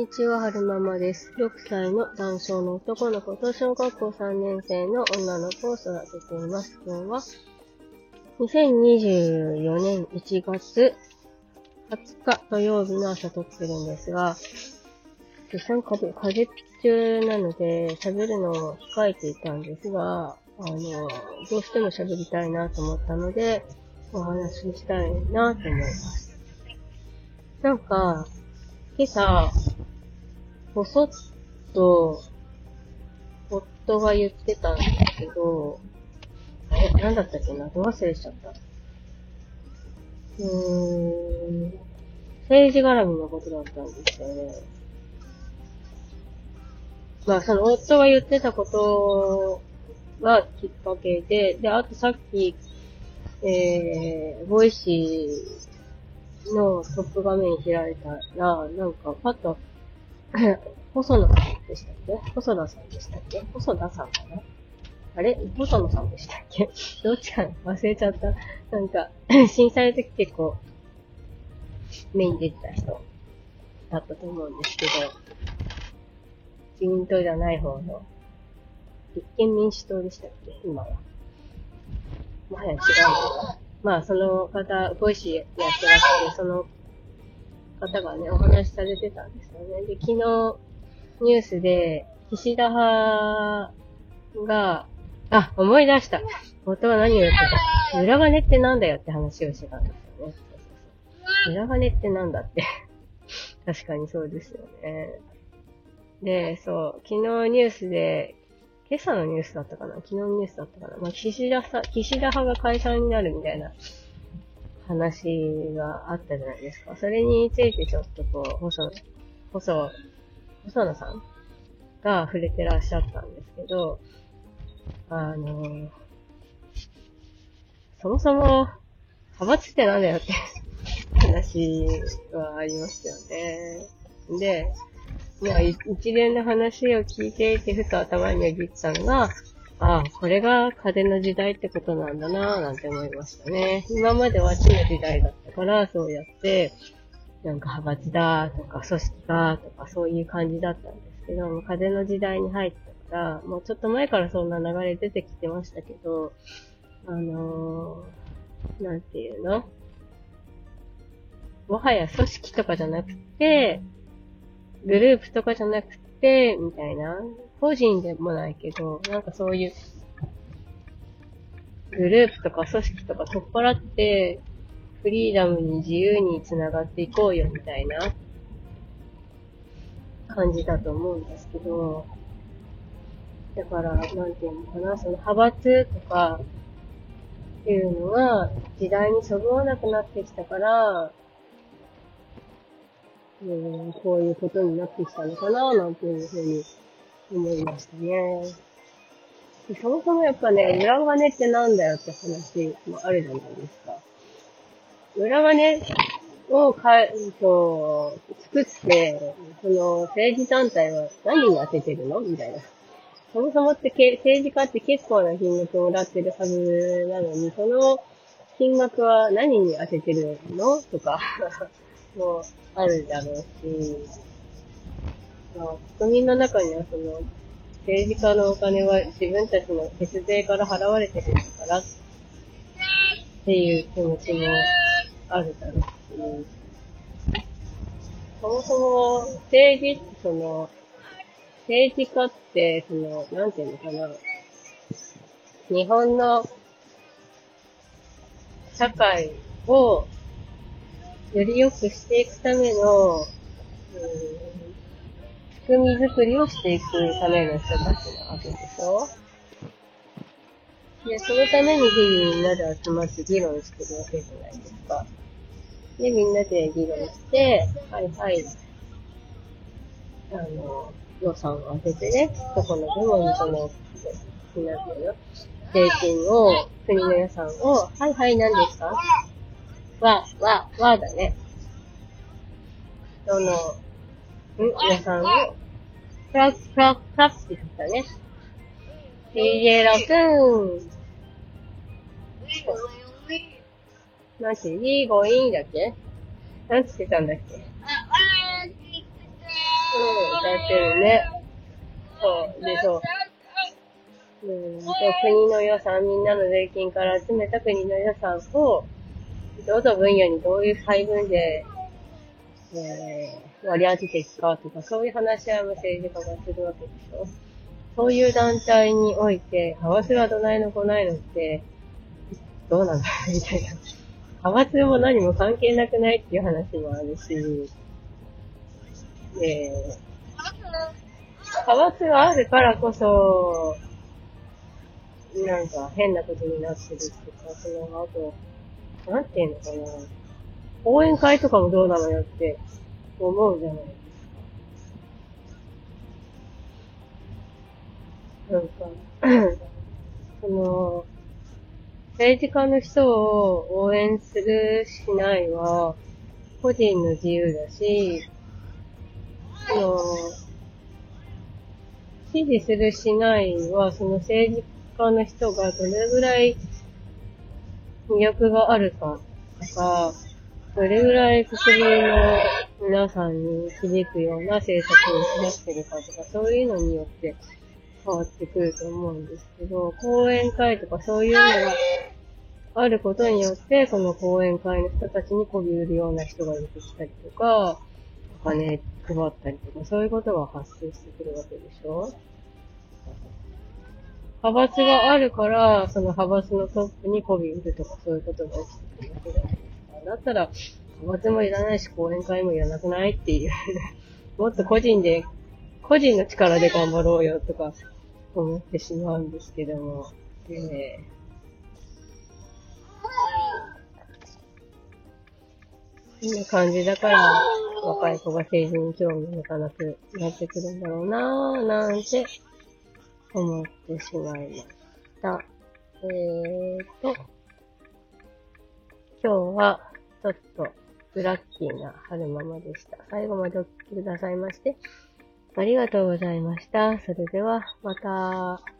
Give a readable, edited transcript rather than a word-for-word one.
ちは、はるままです。6歳の男性の男の子と小学校3年生の女の子を育てています。今日は2024年1月20日土曜日の朝撮ってるんですが、風邪中なので喋るのを控えていたんですが、どうしても喋りたいなと思ったので、お話ししたいなと思います。なんか、今朝、ぼそっと、夫が言ってたんですけど、なんだったっけな、ど忘れしちゃった。政治絡みのことだったんですよね。まあ、その夫が言ってたことがきっかけで、あとさっき、ボイシーのトップ画面開いたら、なんか、パッと、細野さんでしたっけ？細田さんでしたっけ？細田さんかな？あれ？細野さんでしたっけ？どっちか忘れちゃった。なんか、震災の時結構、メイン出てた人だったと思うんですけど、自民党じゃない方の、立憲民主党でしたっけ？今は。もはや違うのか。まあ、その方、ボイシーやってらっしゃる、その方がね、お話しされてたんですよね。で、昨日、ニュースで、岸田派が、思い出した。夫は何を言ってた。裏金ってなんだよって話をしてたんですよね。そう。裏金ってなんだって。確かにそうですよね。で、そう、昨日ニュースで、今朝のニュースだったかな？昨日のニュースだったかな？まあ、岸田派が解散になるみたいな話があったじゃないですか。それについてちょっとこう、細野さんが触れてらっしゃったんですけど、そもそも、派閥ってなんだよって話はありますよね。で、まあ、一連の話を聞いていて、ふと頭によぎったのが、これが風の時代ってことなんだなぁ、なんて思いましたね。今までは地の時代だったから、そうやって、なんか派閥だとか、組織だとか、そういう感じだったんですけど、風の時代に入ったから、もうちょっと前からそんな流れ出てきてましたけど、なんていうの？もはや組織とかじゃなくて、グループとかじゃなくて、みたいな。個人でもないけど、なんかそういう、グループとか組織とか取っ払って、フリーダムに自由に繋がっていこうよ、みたいな感じだと思うんですけど、だから、なんていうのかな、その派閥とか、っていうのが、時代にそぐわなくなってきたから、こういうことになってきたのかな、なんていうふうに思いましたね。そもそもやっぱね、裏金ってなんだよって話もあるじゃないですか。裏金を作って、その政治団体は何に当ててるのみたいな。そもそもって政治家って結構な金額をもらってるはずなのに、その金額は何に当ててるのとかもあるだろうし、国民の中にはその政治家のお金は自分たちの血税から払われてるからっていう気持ちもあるだろうし、そもそも政治家って、なんていうのかな、日本の社会をより良くしていくための、仕組み作りをしていくための人たちなわけでしょ？で、そのために日々みんなで集まって議論してるわけじゃないですか。で、みんなで議論して、予算を当ててね、どこの部門になんていうの？税金を、国の予算を、何ですか？だね。予算を、クラッって言ったね。DJ ラくん。なんて、いいごいいだっけ？なんつってたんだっけ？ 歌ってるね。そう。で、そう。国の予算、みんなの税金から集めた国の予算を、どの分野にどういう配分で、割り当てていくかとか、そういう話し合いも政治家がするわけでしょ。そういう団体において、派閥がどないのこないのって、どうなんだみたいな。派閥も何も関係なくないっていう話もあるし、派閥があるからこそ、なんか変なことになってるっていうか、あと、なんていうのかな。講演会とかもどうなのよって思うじゃない。なんか、政治家の人を応援するしないは、個人の自由だし、支持するしないは、その政治家の人がどれぐらい魅力があるかとか、どれぐらい国民の皆さんに響くような政策を打ち出してるかとか、そういうのによって変わってくると思うんですけど、講演会とかそういうのがあることによって、その講演会の人たちに媚び売るような人が出てきたりとか、お金配ったりとか、そういうことが発生してくるわけでしょ。派閥があるから、その派閥のトップに媚び売るとか、そういうことが起きてくるわけじゃないですか。だったら、派閥もいらないし、講演会もいらなくないっていう。もっと個人の力で頑張ろうよとか、思ってしまうんですけども。こんな感じだから、若い子が政治に興味持たなくなってくるんだろうなぁ、なんて思ってしまいました。今日はちょっとブラッキーな春ママでした。最後までお聞きくださいまして、ありがとうございました。それでは、また。